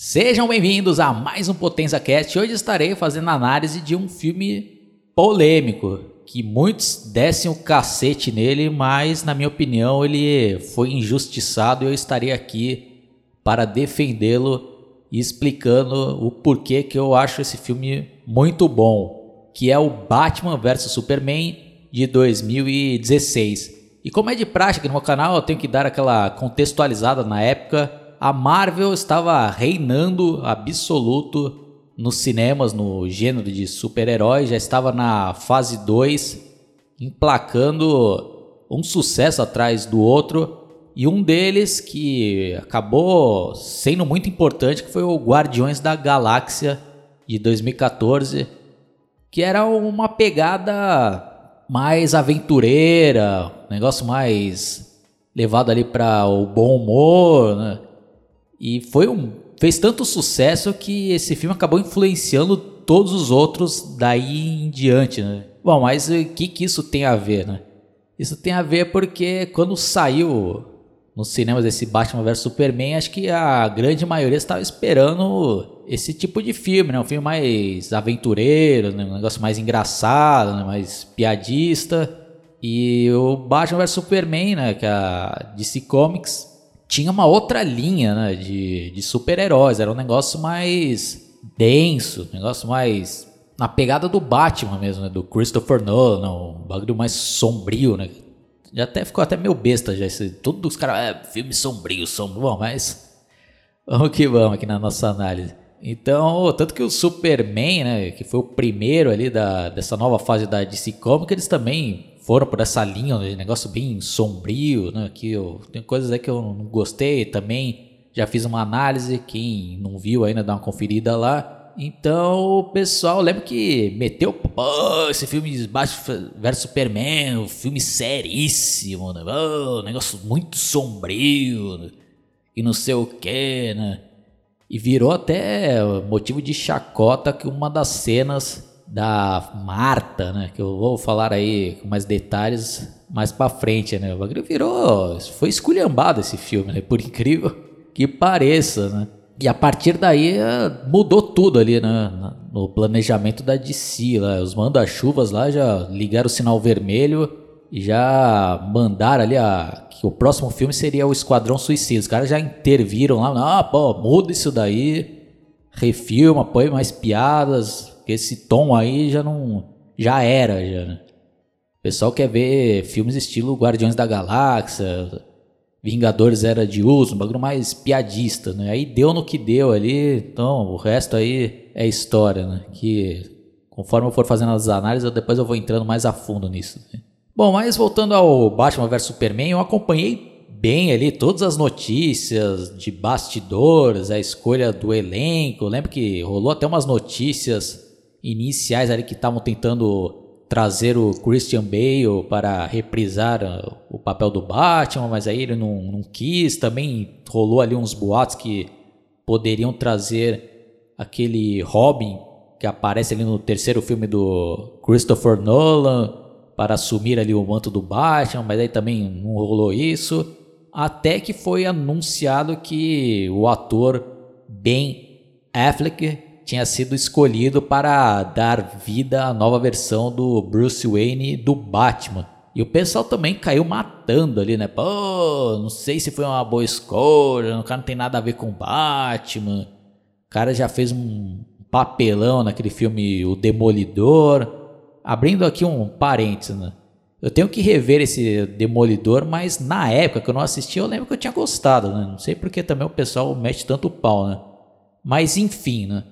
Sejam bem-vindos a mais um Potência Cast. Hoje estarei fazendo análise de um filme polêmico, que muitos dessem o cacete nele, mas na minha opinião ele foi injustiçado e eu estarei aqui para defendê-lo e explicando o porquê que eu acho esse filme muito bom, que é o Batman vs Superman de 2016. E como é de praxe aqui no meu canal, eu tenho que dar aquela contextualizada na época. A Marvel estava reinando absoluto nos cinemas, no gênero de super-heróis, já estava na fase 2, emplacando um sucesso atrás do outro, e um deles que acabou sendo muito importante, que foi o Guardiões da Galáxia de 2014, que era uma pegada mais aventureira, um negócio mais levado ali para o bom humor, né? E fez tanto sucesso que esse filme acabou influenciando todos os outros daí em diante, né? Bom, mas o que isso tem a ver, né? Isso tem a ver porque quando saiu nos cinemas esse Batman vs Superman, acho que a grande maioria estava esperando esse tipo de filme, né? Um filme mais aventureiro, né? Um negócio mais engraçado, né? Mais piadista. E o Batman vs Superman, né? Que a DC Comics tinha uma outra linha, né, de super-heróis, era um negócio mais denso, um negócio mais na pegada do Batman mesmo, né, do Christopher Nolan, um bagulho mais sombrio, né, já até ficou até meio besta já, tudo os caras, filme sombrio, bom, mas vamos que vamos aqui na nossa análise. Então, tanto que o Superman, né, que foi o primeiro ali dessa nova fase da DC Comics, eles também foram por essa linha, um negócio bem sombrio, né? Que tem coisas aí que eu não gostei também. Já fiz uma análise, quem não viu ainda dá uma conferida lá. Então o pessoal lembra que meteu esse filme de Batman vs Superman, um filme seríssimo, né? Negócio muito sombrio, né? E não sei o que, né? E virou até motivo de chacota que uma das cenas da Marta, né, que eu vou falar aí com mais detalhes mais pra frente, né, o bagulho foi esculhambado esse filme, né, por incrível que pareça, né, e a partir daí mudou tudo ali, né, no planejamento da DC, lá, os manda-chuvas lá já ligaram o sinal vermelho e já mandaram ali que o próximo filme seria o Esquadrão Suicida, os caras já interviram lá, muda isso daí, refilma, põe mais piadas, porque esse tom aí já era, né? O pessoal quer ver filmes estilo Guardiões da Galáxia, Vingadores Era de Ultron, um bagulho mais piadista, né? Aí deu no que deu ali, então o resto aí é história, né? Que conforme eu for fazendo as análises, depois eu vou entrando mais a fundo nisso, né? Bom, mas voltando ao Batman vs Superman, eu acompanhei bem ali todas as notícias de bastidores, a escolha do elenco. Eu lembro que rolou até umas notícias iniciais ali que estavam tentando trazer o Christian Bale para reprisar o papel do Batman, mas aí ele não quis. Também rolou ali uns boatos que poderiam trazer aquele Robin que aparece ali no terceiro filme do Christopher Nolan para assumir ali o manto do Batman, mas aí também não rolou isso. Até que foi anunciado que o ator Ben Affleck tinha sido escolhido para dar vida à nova versão do Bruce Wayne do Batman. E o pessoal também caiu matando ali, né? Pô, não sei se foi uma boa escolha, o cara não tem nada a ver com o Batman. O cara já fez um papelão naquele filme O Demolidor. Abrindo aqui um parênteses, né? Eu tenho que rever esse Demolidor, mas na época que eu não assisti, eu lembro que eu tinha gostado, né? Não sei porque também o pessoal mete tanto pau, né? Mas enfim, né?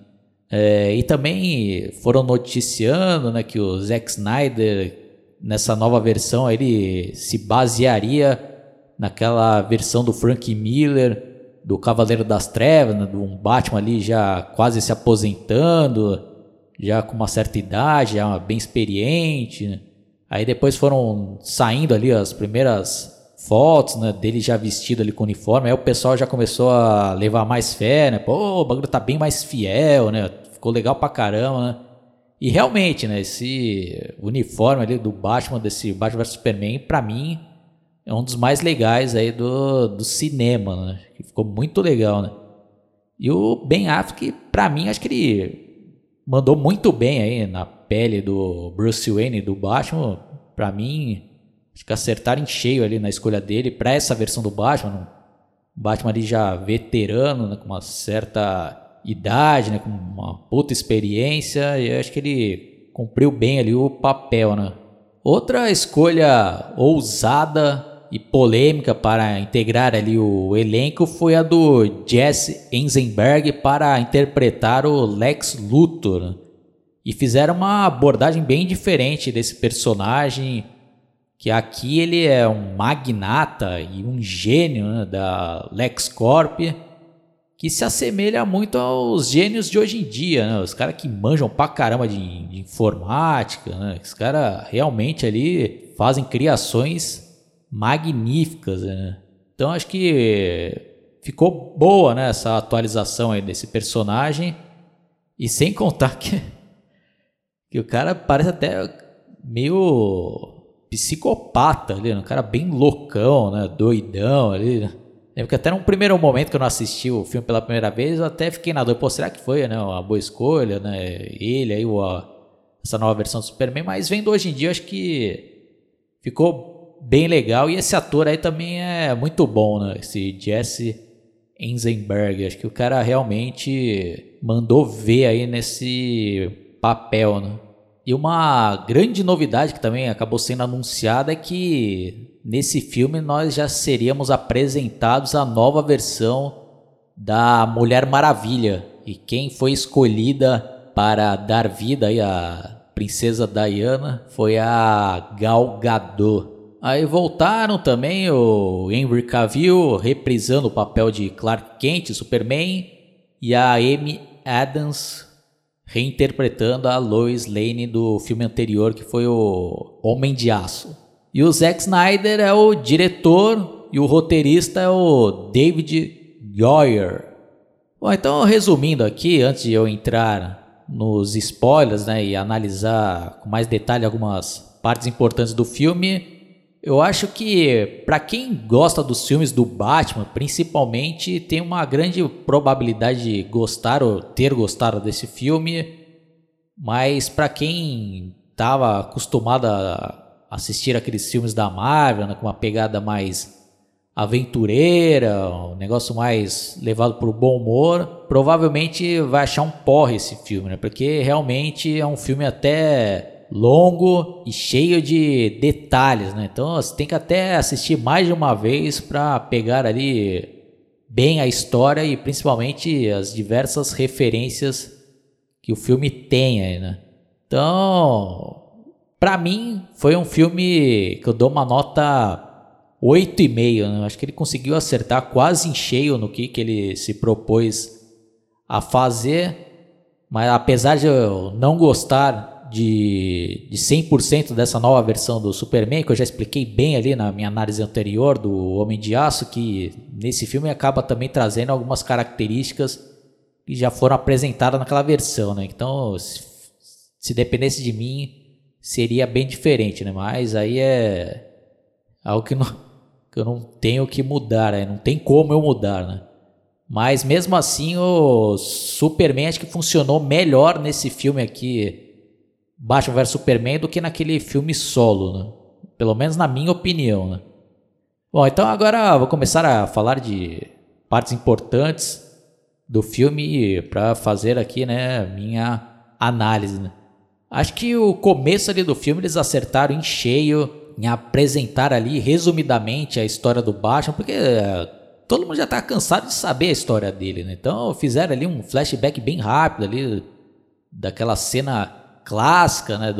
E também foram noticiando, né, que o Zack Snyder, nessa nova versão, ele se basearia naquela versão do Frank Miller, do Cavaleiro das Trevas, né, de um Batman ali já quase se aposentando, já com uma certa idade, já bem experiente, né? Aí depois foram saindo ali as primeiras fotos, né, dele já vestido ali com uniforme. Aí o pessoal já começou a levar mais fé, né? Pô, o bagulho tá bem mais fiel, né? Ficou legal pra caramba, né? E realmente, né, esse uniforme ali do Batman, desse Batman vs Superman, pra mim é um dos mais legais aí do cinema, né? Que ficou muito legal, né? E o Ben Affleck, pra mim, acho que ele mandou muito bem aí na pele do Bruce Wayne, do Batman. Pra mim, acho que acertaram em cheio ali na escolha dele pra essa versão do Batman. O Batman ali já veterano, né, com uma certa idade, né, com uma puta experiência. E eu acho que ele cumpriu bem ali o papel, né? Outra escolha ousada e polêmica para integrar ali o elenco foi a do Jesse Eisenberg para interpretar o Lex Luthor. E fizeram uma abordagem bem diferente desse personagem, que aqui ele é um magnata e um gênio, né, da LexCorp, que se assemelha muito aos gênios de hoje em dia, né? Os caras que manjam pra caramba de informática, né? Os caras realmente ali fazem criações magníficas, né? Então acho que ficou boa, né, essa atualização aí desse personagem. E sem contar que o cara parece até meio psicopata ali, né? Um cara bem loucão, né? Doidão ali, né? Lembro que até num primeiro momento que eu não assisti o filme pela primeira vez, eu até fiquei na dúvida, pô, será que foi, né, uma boa escolha, né, ele aí, essa nova versão do Superman, mas vendo hoje em dia, eu acho que ficou bem legal, e esse ator aí também é muito bom, né, esse Jesse Eisenberg, acho que o cara realmente mandou ver aí nesse papel, né. E uma grande novidade que também acabou sendo anunciada é que nesse filme nós já seríamos apresentados a nova versão da Mulher Maravilha. E quem foi escolhida para dar vida aí à princesa Diana foi a Gal Gadot. Aí voltaram também o Henry Cavill reprisando o papel de Clark Kent, Superman, e a Amy Adams reinterpretando a Lois Lane do filme anterior, que foi o Homem de Aço. E o Zack Snyder é o diretor e o roteirista é o David Goyer. Bom, então resumindo aqui, antes de eu entrar nos spoilers, né, e analisar com mais detalhe algumas partes importantes do filme, eu acho que para quem gosta dos filmes do Batman, principalmente, tem uma grande probabilidade de gostar ou ter gostado desse filme, mas para quem estava acostumado a assistir aqueles filmes da Marvel, né, com uma pegada mais aventureira, um negócio mais levado para o bom humor, provavelmente vai achar um porre esse filme, né, porque realmente é um filme até longo e cheio de detalhes, né? Então você tem que até assistir mais de uma vez para pegar ali bem a história e principalmente as diversas referências que o filme tem aí, né? Então, para mim foi um filme que eu dou uma nota 8,5, né? Acho que ele conseguiu acertar quase em cheio no que ele se propôs a fazer, mas apesar de eu não gostar de 100% dessa nova versão do Superman, que eu já expliquei bem ali na minha análise anterior do Homem de Aço, que nesse filme acaba também trazendo algumas características que já foram apresentadas naquela versão, né? Então, se dependesse de mim, seria bem diferente, né? Mas aí é algo que eu não tenho que mudar, né? Não tem como eu mudar, né? Mas mesmo assim, o Superman acho que funcionou melhor nesse filme aqui, Batman vs Superman, do que naquele filme solo, né? Pelo menos na minha opinião, né? Bom, então agora vou começar a falar de partes importantes do filme para fazer aqui, né, minha análise, né? Acho que o começo ali do filme eles acertaram em cheio em apresentar ali resumidamente a história do Batman, porque todo mundo já tá cansado de saber a história dele, né? Então fizeram ali um flashback bem rápido ali daquela cena clássica, né,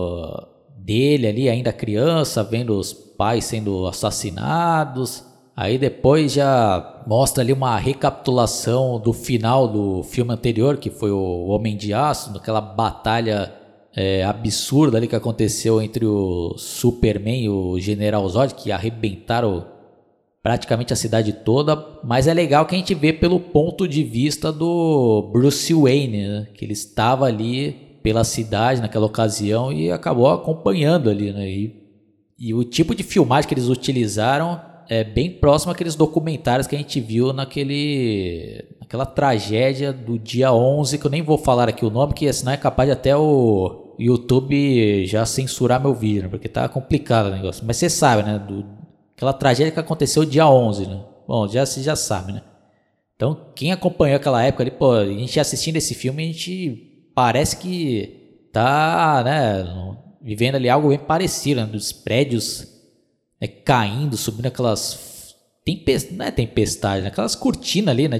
dele ali ainda criança, vendo os pais sendo assassinados. Aí depois já mostra ali uma recapitulação do final do filme anterior, que foi o Homem de Aço, naquela batalha absurda ali que aconteceu entre o Superman e o General Zod, que arrebentaram praticamente a cidade toda. Mas é legal que a gente vê pelo ponto de vista do Bruce Wayne, né, que ele estava ali pela cidade naquela ocasião e acabou acompanhando ali, né? E o tipo de filmagem que eles utilizaram é bem próximo àqueles documentários que a gente viu naquela tragédia do dia 11, que eu nem vou falar aqui o nome, que senão é capaz de até o YouTube já censurar meu vídeo, né? Porque tá complicado o negócio. Mas você sabe, né? Aquela tragédia que aconteceu dia 11, né? Bom, você já sabe, né? Então, quem acompanhou aquela época ali, pô, a gente assistindo esse filme, a gente parece que tá, né, vivendo ali algo bem parecido, né? Dos prédios, né, caindo, subindo aquelas não é tempestade, né? Aquelas cortinas ali, né,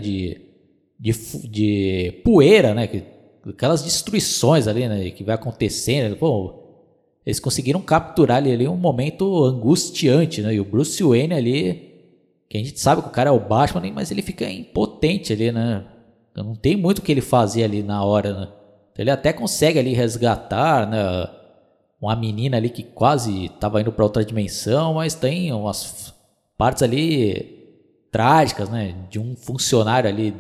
de poeira, né, aquelas destruições ali, né, que vai acontecendo. Pô, eles conseguiram capturar ali um momento angustiante, né? E o Bruce Wayne ali, que a gente sabe que o cara é o Batman, mas ele fica impotente ali, né? Não tem muito o que ele fazer ali na hora, né? Então ele até consegue ali resgatar, né, uma menina ali que quase estava indo para outra dimensão, mas tem umas partes ali trágicas, né? De um funcionário ali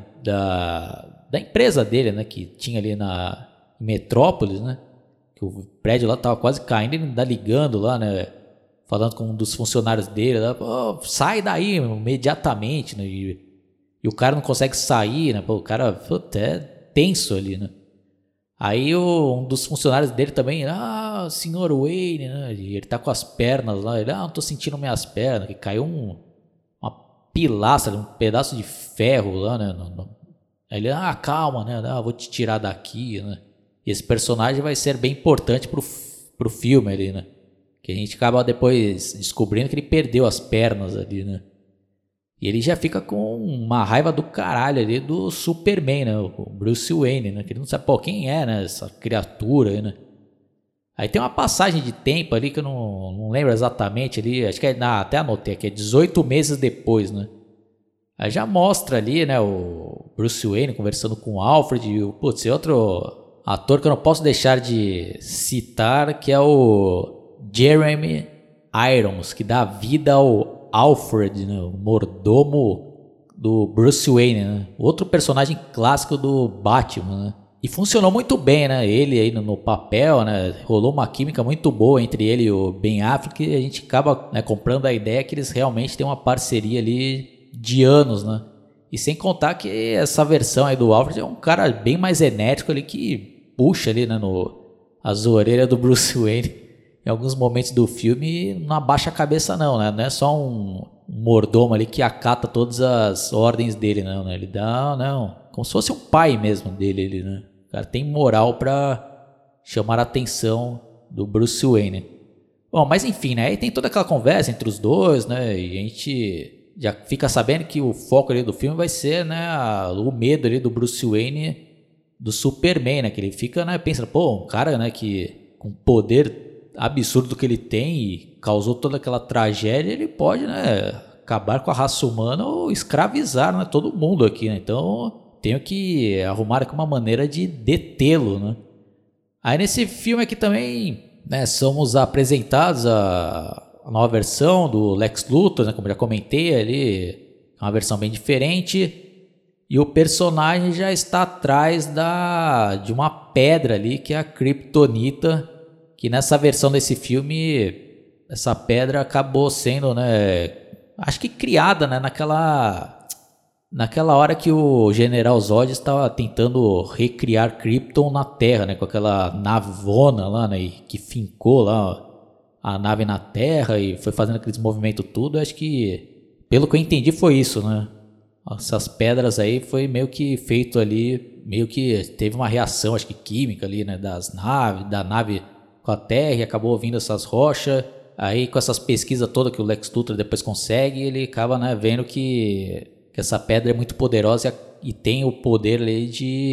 da empresa dele, né? Que tinha ali na Metrópolis, né? Que o prédio lá tava quase caindo, ele ainda ligando lá, né? Falando com um dos funcionários dele, lá, pô, sai daí imediatamente, né? E o cara não consegue sair, né? Pô, o cara foi até tenso ali, né? Aí um dos funcionários dele também, senhor Wayne, né? E ele tá com as pernas lá, ele, não tô sentindo minhas pernas, que caiu uma pilastra, um pedaço de ferro lá, né? Aí ele, calma, né? Vou te tirar daqui, né? E esse personagem vai ser bem importante pro filme ali, né? Que a gente acaba depois descobrindo que ele perdeu as pernas ali, né? E ele já fica com uma raiva do caralho ali do Superman, né? O Bruce Wayne, né? Que ele não sabe, pô, quem é, né? Essa criatura aí, né? Aí tem uma passagem de tempo ali que eu não lembro exatamente ali. Acho que até anotei aqui, é 18 meses depois, né? Aí já mostra ali, né? O Bruce Wayne conversando com o Alfred e putz, outro ator que eu não posso deixar de citar, que é o Jeremy Irons, que dá vida ao Alfred, né, o mordomo do Bruce Wayne, né, outro personagem clássico do Batman, né, e funcionou muito bem, né, ele aí no papel, né, rolou uma química muito boa entre ele e o Ben Affleck, e a gente acaba, né, comprando a ideia que eles realmente têm uma parceria ali de anos, né, e sem contar que essa versão aí do Alfred é um cara bem mais enérgico ali, que puxa ali, né, as orelhas do Bruce Wayne em alguns momentos do filme, não abaixa a cabeça não, né? Não é só um mordomo ali que acata todas as ordens dele, não, né? Ele dá, não, como se fosse um pai mesmo dele, ele, né? O cara tem moral pra chamar a atenção do Bruce Wayne. Bom, mas enfim, né? Aí tem toda aquela conversa entre os dois, né? E a gente já fica sabendo que o foco ali do filme vai ser, né, o medo ali do Bruce Wayne do Superman, né? Que ele fica, né, pensando, pô, um cara, né, que com poder absurdo do que ele tem e causou toda aquela tragédia, ele pode, né, acabar com a raça humana ou escravizar, né, todo mundo aqui, né? Então tenho que arrumar aqui uma maneira de detê-lo, né? Aí nesse filme aqui também, né, somos apresentados a nova versão do Lex Luthor, né, como já comentei ali, uma versão bem diferente, e o personagem já está atrás de uma pedra ali que é a Kryptonita, que nessa versão desse filme, essa pedra acabou sendo, né, acho que criada, né, naquela hora que o General Zod estava tentando recriar Krypton na Terra, né, com aquela navona lá, né, que fincou lá a nave na Terra e foi fazendo aqueles movimentos tudo. Acho que, pelo que eu entendi, foi isso, né? Essas pedras aí foi meio que feito ali, meio que teve uma reação, acho que química ali, né, da nave com a Terra, e acabou vindo essas rochas. Aí com essas pesquisas todas que o Lex Luthor depois consegue, ele acaba, né, vendo que essa pedra é muito poderosa e tem o poder ali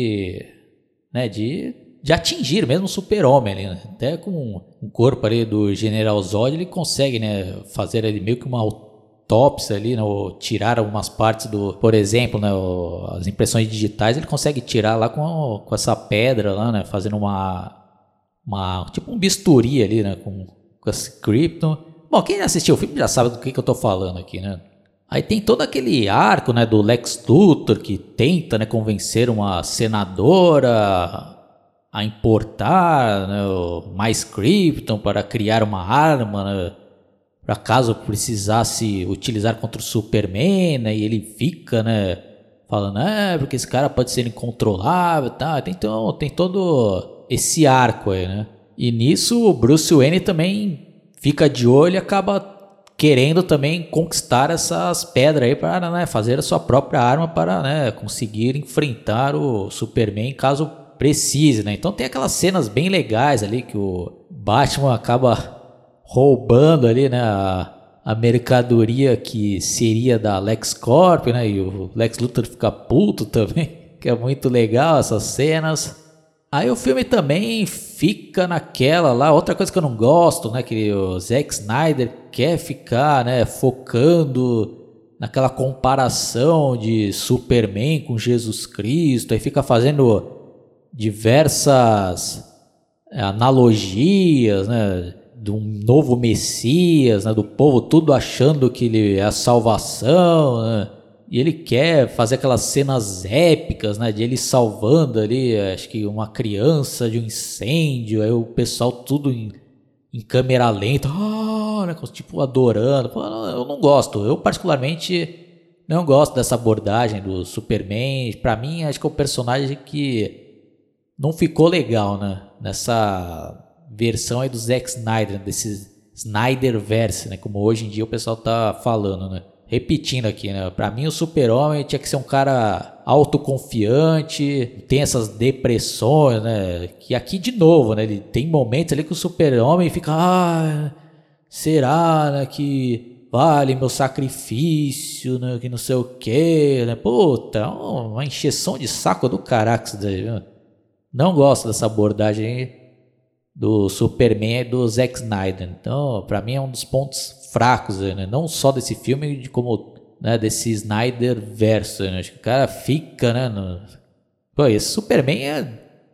de atingir mesmo o Super-Homem ali, né? Até com o corpo ali do General Zod, ele consegue, né, fazer ali meio que uma autópsia ali, né, ou tirar algumas partes por exemplo, né, as impressões digitais, ele consegue tirar lá com essa pedra lá, né, fazendo tipo um bisturi ali, né, com esse Krypton. Bom, quem assistiu o filme já sabe do que eu tô falando aqui, né? Aí tem todo aquele arco, né, do Lex Luthor que tenta, né, convencer uma senadora a importar, né, mais Krypton para criar uma arma, né, para caso precisasse utilizar contra o Superman, né? E ele fica, né, falando, porque esse cara pode ser incontrolável, tá? Então tem todo esse arco aí, né? E nisso o Bruce Wayne também fica de olho e acaba querendo também conquistar essas pedras aí para, né, fazer a sua própria arma para, né, conseguir enfrentar o Superman caso precise, né? Então tem aquelas cenas bem legais ali que o Batman acaba roubando ali, né, a mercadoria que seria da LexCorp, né? E o Lex Luthor fica puto também, que é muito legal essas cenas. Aí o filme também fica naquela lá, outra coisa que eu não gosto, né, que o Zack Snyder quer ficar, né, focando naquela comparação de Superman com Jesus Cristo, aí fica fazendo diversas analogias, né, de um novo Messias, né, do povo tudo achando que ele é a salvação, né? E ele quer fazer aquelas cenas épicas, né, de ele salvando ali, acho que uma criança de um incêndio, aí o pessoal tudo em câmera lenta, né, tipo adorando. Pô, eu não gosto, eu particularmente não gosto dessa abordagem do Superman. Pra mim, acho que é um personagem que não ficou legal, né, nessa versão aí do Zack Snyder, desse Snyderverse, né, como hoje em dia o pessoal tá falando, né. Repetindo aqui, né? Pra mim o Super-Homem tinha que ser um cara autoconfiante, tem essas depressões, né? Que aqui de novo, né? Ele tem momentos ali que o Super-Homem fica, será, né, que vale meu sacrifício, né? Que não sei o que, né? Puta, uma encheção de saco do caraca isso daí, viu? Não gosto dessa abordagem aí do Superman e do Zack Snyder. Então, pra mim é um dos pontos fracos, né? Não só desse filme, como, né, desse Snyder verso, né? Acho que o cara fica, né, Pô, esse Superman é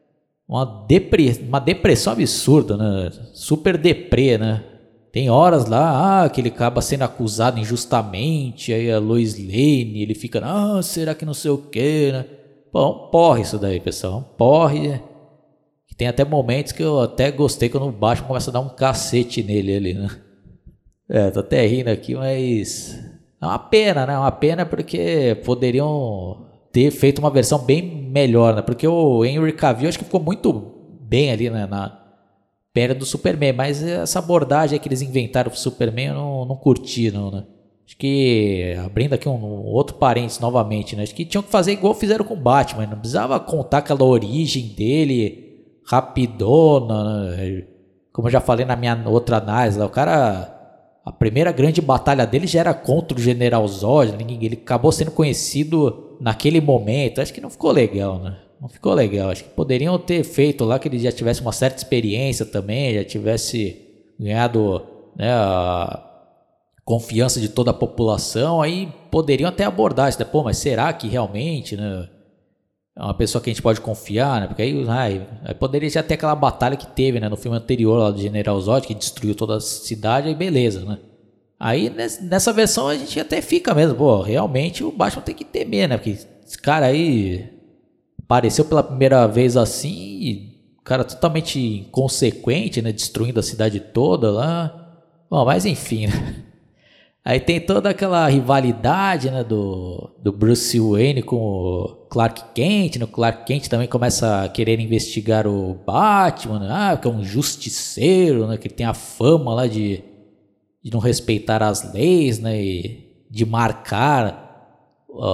uma depressão absurda, né? Super deprê, né? Tem horas lá, que ele acaba sendo acusado injustamente, aí a Lois Lane, ele fica, será que não sei o que, né? Pô, um porre isso daí, pessoal, um porre. Tem até momentos que eu até gostei quando o Batman começa a dar um cacete nele ali, né? Tô até rindo aqui, mas é uma pena, né? Uma pena porque poderiam ter feito uma versão bem melhor, né? Porque o Henry Cavill acho que ficou muito bem ali, né, na perna do Superman, mas essa abordagem que eles inventaram pro Superman eu não curti, não, né? Acho que, abrindo aqui um outro parênteses novamente, né? Acho que tinham que fazer igual fizeram com o Batman, não precisava contar aquela origem dele rapidona, né? Como eu já falei na minha outra análise, o cara, a primeira grande batalha dele já era contra o General Zod, né? Ele acabou sendo conhecido naquele momento. Acho que não ficou legal, né? Não ficou legal. Acho que poderiam ter feito lá que ele já tivesse uma certa experiência também, já tivesse ganhado, né, a confiança de toda a população. Aí poderiam até abordar isso, né? Pô, mas será que realmente, né, é uma pessoa que a gente pode confiar, né? Porque aí poderia já ter aquela batalha que teve, né, no filme anterior lá do General Zod, que destruiu toda a cidade, aí beleza, né? Aí nessa versão a gente até fica mesmo, pô, realmente o Batman tem que temer, né? Porque esse cara aí apareceu pela primeira vez assim, e cara totalmente inconsequente, né? Destruindo a cidade toda lá. Bom, mas enfim, né? Aí tem toda aquela rivalidade, né, do Bruce Wayne com o Clark Kent, né? O Clark Kent também começa a querer investigar o Batman, né? Que é um justiceiro, né? Que ele tem a fama lá de não respeitar as leis, né? E de marcar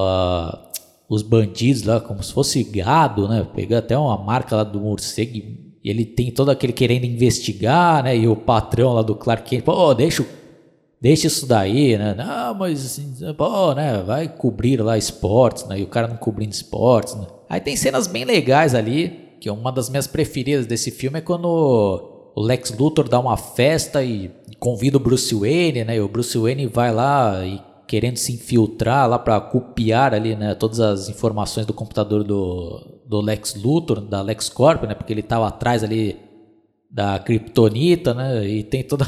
os bandidos lá como se fosse gado, né? Pegar até uma marca lá do morcego e ele tem todo aquele querendo investigar, né? E o patrão lá do Clark Kent, pô, deixa isso daí, né? Não, mas assim, pô, né? Vai cobrir lá esportes, né? E o cara não cobrindo esportes, né? Aí tem cenas bem legais ali, que é uma das minhas preferidas desse filme, é quando o Lex Luthor dá uma festa e convida o Bruce Wayne, né? E o Bruce Wayne vai lá e querendo se infiltrar lá para copiar ali, né, todas as informações do computador do Lex Luthor, da LexCorp, né? Porque ele tava atrás ali da Kryptonita, né? E tem toda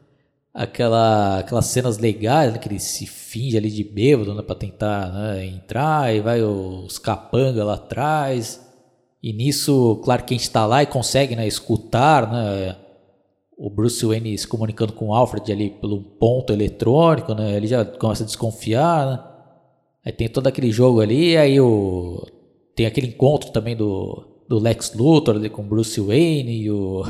aquelas cenas legais, né, que ele se finge ali de bêbado, né, para tentar, né, entrar, e vai os capanga lá atrás, e nisso o Clark Kent tá lá e consegue, né, escutar, né, o Bruce Wayne se comunicando com o Alfred ali pelo ponto eletrônico, né? Ele já começa a desconfiar, né? Aí tem todo aquele jogo ali, aí tem aquele encontro também do Lex Luthor ali com o Bruce Wayne e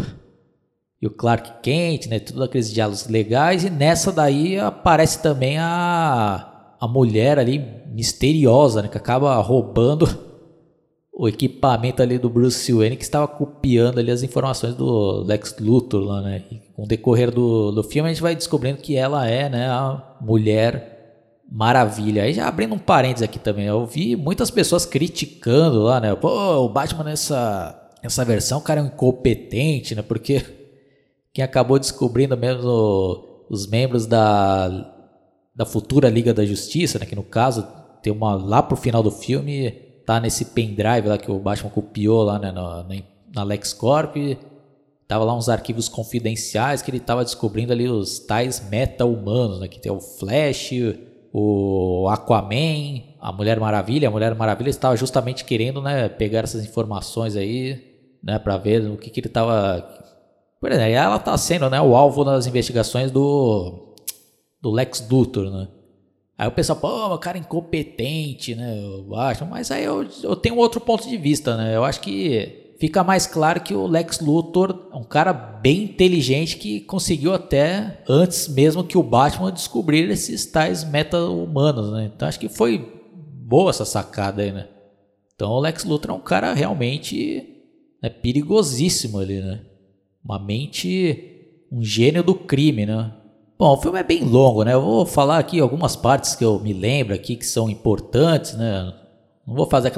o Clark Kent, né? Todos aqueles diálogos legais. E nessa daí aparece também a mulher ali misteriosa, né? Que acaba roubando o equipamento ali do Bruce Wayne, que estava copiando ali as informações do Lex Luthor lá, né? E com o decorrer do filme a gente vai descobrindo que ela é, né, a Mulher Maravilha. Aí já abrindo um parênteses aqui também, eu vi muitas pessoas criticando lá, né? Pô, o Batman nessa versão, o cara é um incompetente, né? Porque quem acabou descobrindo mesmo os membros da futura Liga da Justiça, né? Que no caso tem lá pro final do filme, tá nesse pendrive lá que o Batman copiou lá, né, na LexCorp. Tava lá uns arquivos confidenciais que ele tava descobrindo ali os tais meta-humanos, né? Que tem o Flash, o Aquaman, a Mulher Maravilha. A Mulher Maravilha estava justamente querendo, né, pegar essas informações aí, né, para ver o que ele estava... Por exemplo, ela tá sendo, né, o alvo das investigações do Lex Luthor, né? Aí o pessoal, pô, meu cara incompetente, né, eu acho. Mas aí eu tenho outro ponto de vista, né? Eu acho que fica mais claro que o Lex Luthor é um cara bem inteligente que conseguiu até antes mesmo que o Batman descobrir esses tais meta-humanos, né? Então acho que foi boa essa sacada aí, né? Então o Lex Luthor é um cara realmente, né, perigosíssimo ali, né? Uma mente, um gênio do crime, né? Bom, o filme é bem longo, né? Eu vou falar aqui algumas partes que eu me lembro aqui que são importantes, né? Não vou fazer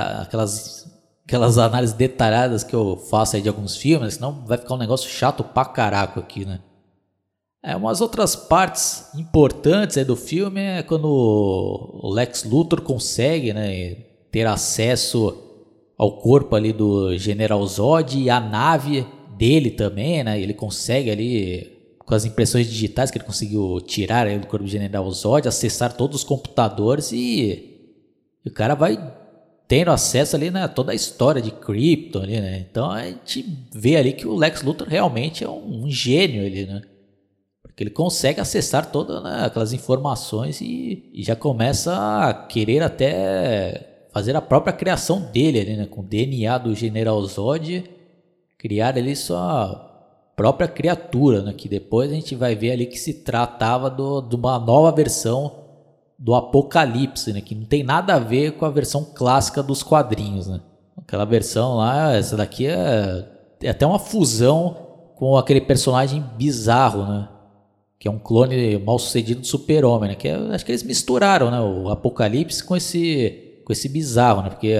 aquelas análises detalhadas que eu faço aí de alguns filmes, senão vai ficar um negócio chato pra caraco aqui, né? Umas outras partes importantes aí do filme é quando o Lex Luthor consegue, né, ter acesso ao corpo ali do General Zod e a nave dele também, né? Ele consegue ali, com as impressões digitais que ele conseguiu tirar aí do corpo do General Zod, acessar todos os computadores e o cara vai tendo acesso ali, né, a toda a história de Krypton ali, né? Então a gente vê ali que o Lex Luthor realmente é um gênio ali, né? Porque ele consegue acessar todas, né, aquelas informações e já começa a querer até fazer a própria criação dele ali, né? Com o DNA do General Zod, criar ali sua própria criatura, né? Que depois a gente vai ver ali que se tratava de uma nova versão do Apocalipse, né? Que não tem nada a ver com a versão clássica dos quadrinhos, né? Aquela versão lá, essa daqui é até uma fusão com aquele personagem bizarro, né? Que é um clone mal sucedido do Super-Homem, né? Que acho que eles misturaram, né, o Apocalipse com esse bizarro, né? Porque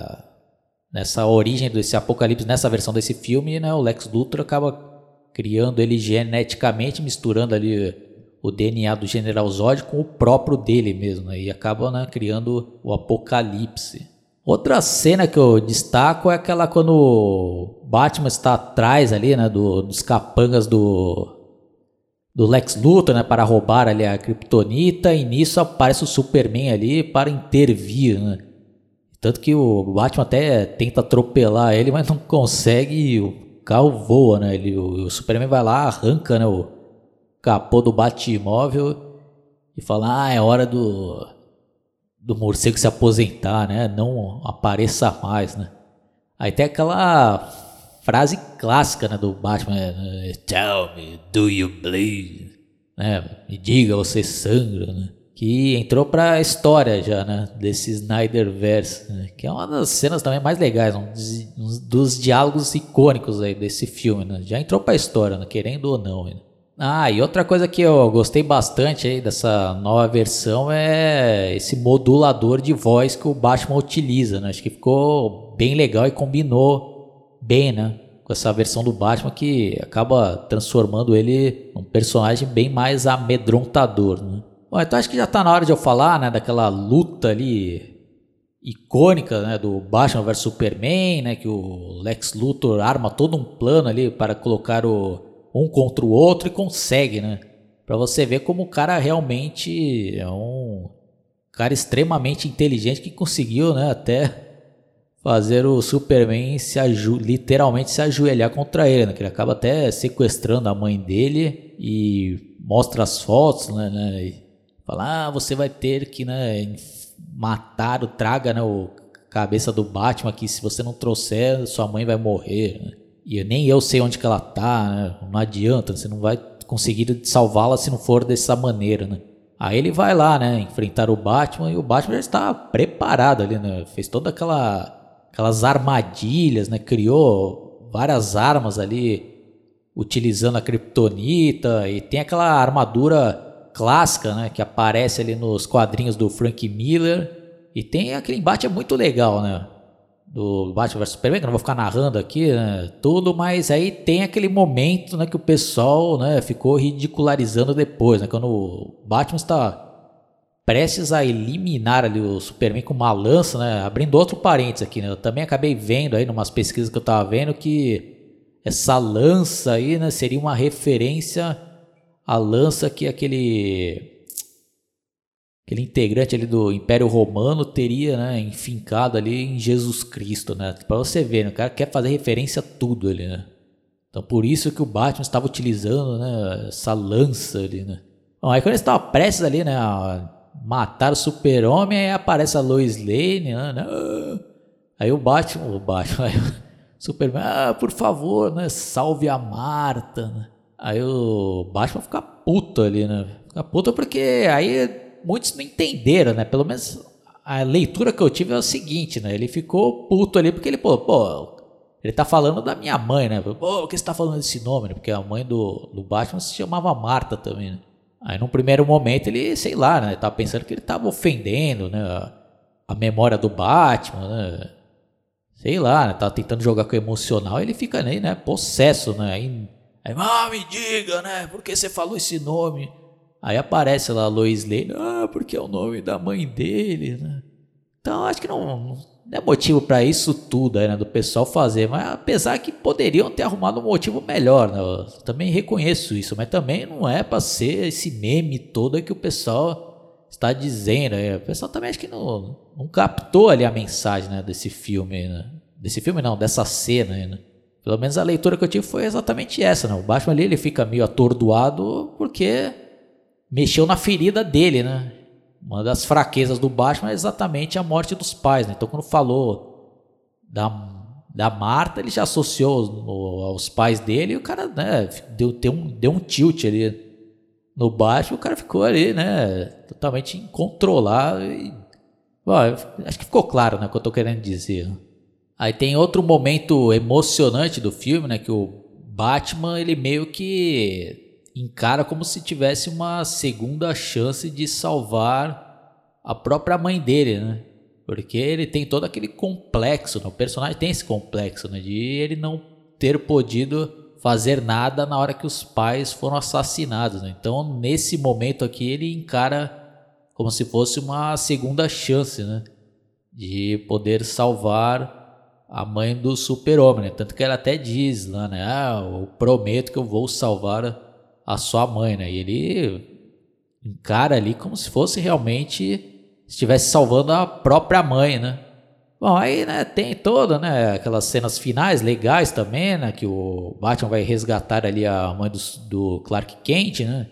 nessa origem desse Apocalipse, nessa versão desse filme, né, o Lex Luthor acaba criando ele geneticamente, misturando ali o DNA do General Zod com o próprio dele mesmo, né? E acaba, né, criando o Apocalipse. Outra cena que eu destaco é aquela quando o Batman está atrás ali, né, dos capangas do Lex Luthor, né, para roubar ali a Kryptonita, e nisso aparece o Superman ali para intervir, né? Tanto que o Batman até tenta atropelar ele, mas não consegue e o carro voa, né? O Superman vai lá, arranca, né, o capô do Batmóvel e fala, é hora do morcego se aposentar, né? Não apareça mais, né? Aí tem aquela frase clássica, né, do Batman, né? Tell me, do you bleed? Né? Me diga, você sangra, né? Que entrou pra história já, né, desse Snyderverse, né? Que é uma das cenas também mais legais, um dos diálogos icônicos aí desse filme, né? Já entrou pra história, né? Querendo ou não, né? E outra coisa que eu gostei bastante aí dessa nova versão é esse modulador de voz que o Batman utiliza, né? Acho que ficou bem legal e combinou bem, né, com essa versão do Batman, que acaba transformando ele num personagem bem mais amedrontador, né? Bom, então acho que já tá na hora de eu falar, né, daquela luta ali icônica, né, do Batman vs Superman, né, que o Lex Luthor arma todo um plano ali para colocar um contra o outro e consegue, né? Pra você ver como o cara realmente é um cara extremamente inteligente que conseguiu, né, até fazer o Superman literalmente se ajoelhar contra ele, né? Que ele acaba até sequestrando a mãe dele e mostra as fotos, né? E fala, você vai ter que, né, matar, traga, né, o cabeça do Batman, que se você não trouxer, sua mãe vai morrer, né? E nem eu sei onde que ela tá, né? Não adianta, você não vai conseguir salvá-la se não for dessa maneira, né? Aí ele vai lá, né, enfrentar o Batman, e o Batman já está preparado ali, né? Fez toda aquelas armadilhas, né? Criou várias armas ali utilizando a Kryptonita, e tem aquela armadura clássica, né, que aparece ali nos quadrinhos do Frank Miller, e tem aquele embate muito legal, né, do Batman vs Superman, que eu não vou ficar narrando aqui, né, tudo, mas aí tem aquele momento, né, que o pessoal, né, ficou ridicularizando depois, né, quando o Batman está prestes a eliminar ali o Superman com uma lança, né, abrindo outro parênteses aqui, né, eu também acabei vendo aí numas pesquisas que eu tava vendo que essa lança aí, né, seria uma referência à lança que aquele integrante ali do Império Romano teria, né, enfincado ali em Jesus Cristo, né? Para você ver, né, o cara quer fazer referência a tudo ali, né? Então por isso que o Batman estava utilizando, né, essa lança ali, né? Bom, aí quando ele estava prestes ali, né, a matar o Super-Homem, aí aparece a Lois Lane, né? Aí o Batman, aí Superman, por favor, né, salve a Marta, né? Aí o Batman fica puto ali, né? Fica puto porque aí muitos não entenderam, né? Pelo menos a leitura que eu tive é o seguinte, né? Ele ficou puto ali porque ele, ele tá falando da minha mãe, né? Por que você tá falando desse nome, né? Porque a mãe do Batman se chamava Marta também, né? Aí num primeiro momento ele, sei lá, né? Tava pensando que ele tava ofendendo, né? A memória do Batman, né? Sei lá, né? Tá tentando jogar com o emocional, ele fica aí, né, possesso, né? Aí, me diga, né? Por que você falou esse nome? Aí aparece lá a Lois Lane, porque é o nome da mãe dele, né? Então acho que não é motivo pra isso tudo aí, né, do pessoal fazer, mas apesar que poderiam ter arrumado um motivo melhor, né? Eu também reconheço isso, mas também não é pra ser esse meme todo aí que o pessoal está dizendo. O pessoal também acho que não captou ali a mensagem, né, desse filme, né? Desse filme não, dessa cena aí, né? Pelo menos a leitura que eu tive foi exatamente essa, né? O Batman ali, ele fica meio atordoado porque mexeu na ferida dele, né? Uma das fraquezas do Batman é exatamente a morte dos pais, né? Então quando falou da Marta, ele já associou aos pais dele, e o cara, né, deu um tilt ali no Batman, o cara ficou ali, né, totalmente incontrolável. Acho que ficou claro, né, o que eu tô querendo dizer. Aí tem outro momento emocionante do filme, né, que o Batman, ele meio que encara como se tivesse uma segunda chance de salvar a própria mãe dele, né? Porque ele tem todo aquele complexo, né? O personagem tem esse complexo, né, de ele não ter podido fazer nada na hora que os pais foram assassinados, né? Então, nesse momento aqui, ele encara como se fosse uma segunda chance, né, de poder salvar a mãe do Super-Homem, né? Tanto que ela até diz lá, né, eu prometo que eu vou salvar a sua mãe, né? E ele encara ali como se fosse realmente estivesse salvando a própria mãe, né? Bom, aí, né, tem toda, né, aquelas cenas finais legais também, né, que o Batman vai resgatar ali a mãe do Clark Kent, né?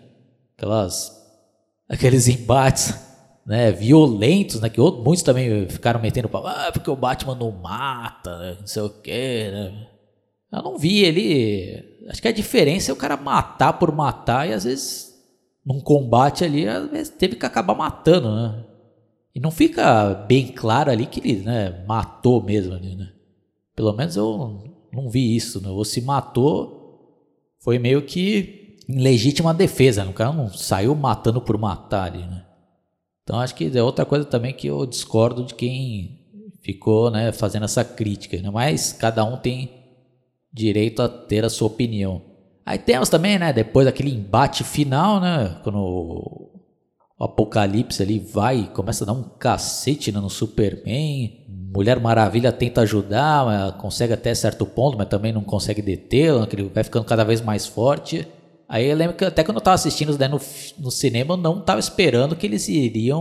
Aqueles embates, né, violentos, né, que muitos também ficaram metendo pau, porque o Batman não mata, né, não sei o que, né. Eu não vi ele, acho que a diferença é o cara matar por matar, e às vezes num combate ali, às vezes teve que acabar matando, né. E não fica bem claro ali que ele, né, matou mesmo ali, né. Pelo menos eu não vi isso, né. Ou se matou, foi meio que em legítima defesa, né? O cara não saiu matando por matar ali, né. Então acho que é outra coisa também que eu discordo de quem ficou, né, fazendo essa crítica, né? Mas cada um tem direito a ter a sua opinião. Aí temos também, né, depois daquele embate final, né, quando o Apocalipse ali começa a dar um cacete, né, no Superman. Mulher Maravilha tenta ajudar, mas consegue até certo ponto, mas também não consegue detê-lo, né, que ele vai ficando cada vez mais forte. Aí eu lembro que até quando eu tava assistindo isso daí no cinema, eu não tava esperando que eles iriam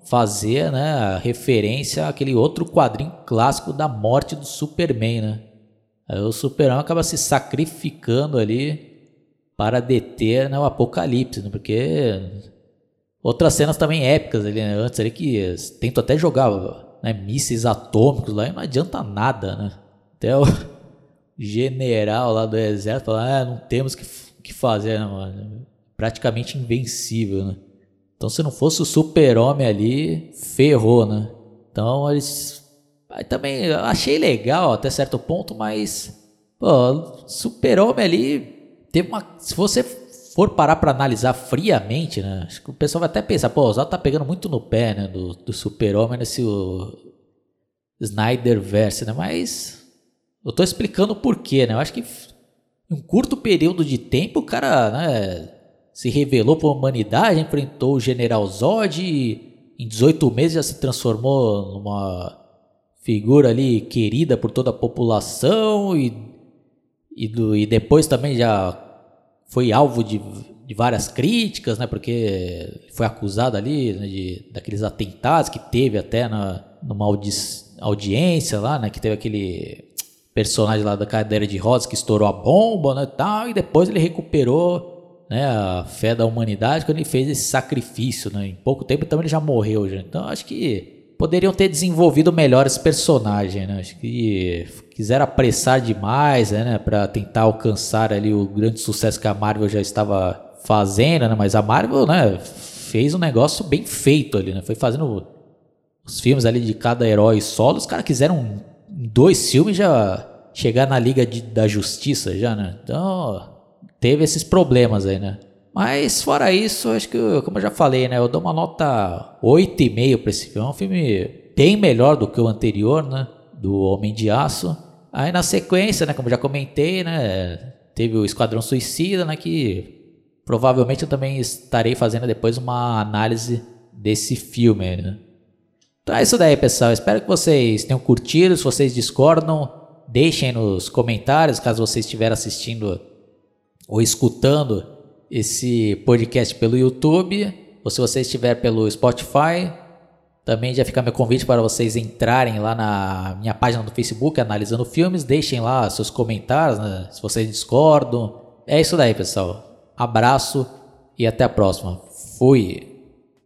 fazer, né, a referência àquele outro quadrinho clássico da morte do Superman, né? Aí o Superman acaba se sacrificando ali para deter, né, o apocalipse, né? Porque outras cenas também épicas ali, né? Antes ali que tentam até jogar, né, mísseis atômicos lá e não adianta nada, né? Até o general lá do exército fala, não temos que fazer, né, mano? Praticamente invencível, né? Então se não fosse o Super-Homem ali, ferrou, né? Então eles... Aí também eu achei legal até certo ponto, mas... Pô, Super-Homem ali teve uma... Se você for parar pra analisar friamente, né? Acho que o pessoal vai até pensar, pô, o Zó tá pegando muito no pé, né? Do Super-Homem nesse Snyderverse, né? Mas eu tô explicando o porquê, né? Eu acho que em um curto período de tempo o cara, né, se revelou para a humanidade, enfrentou o General Zod e em 18 meses já se transformou numa figura ali querida por toda a população e depois também já foi alvo de várias críticas, né, porque foi acusado ali, né, daqueles atentados que teve até numa audiência lá, né, que teve aquele personagem lá da cadeira de rodas que estourou a bomba, né, tal, e depois ele recuperou, né, a fé da humanidade quando ele fez esse sacrifício, né, em pouco tempo também ele já morreu, já. Então acho que poderiam ter desenvolvido melhor esse personagem, né, acho que quiseram apressar demais, né, para tentar alcançar ali o grande sucesso que a Marvel já estava fazendo, né, mas a Marvel, né, fez um negócio bem feito ali, né, foi fazendo os filmes ali de cada herói solo, os caras quiseram em 2 filmes já chegar na Liga da Justiça já, né? Então, teve esses problemas aí, né? Mas fora isso, acho que, como eu já falei, né? Eu dou uma nota 8,5 pra esse filme. É um filme bem melhor do que o anterior, né? Do Homem de Aço. Aí na sequência, né? Como eu já comentei, né? Teve o Esquadrão Suicida, né? Que provavelmente eu também estarei fazendo depois uma análise desse filme, né? Então é isso daí, pessoal. Espero que vocês tenham curtido. Se vocês discordam, deixem nos comentários. Caso você estiver assistindo ou escutando esse podcast pelo YouTube, ou se você estiver pelo Spotify, também já fica meu convite para vocês entrarem lá na minha página do Facebook, Analisando Filmes. Deixem lá seus comentários, né, se vocês discordam. É isso daí, pessoal. Abraço e até a próxima. Fui!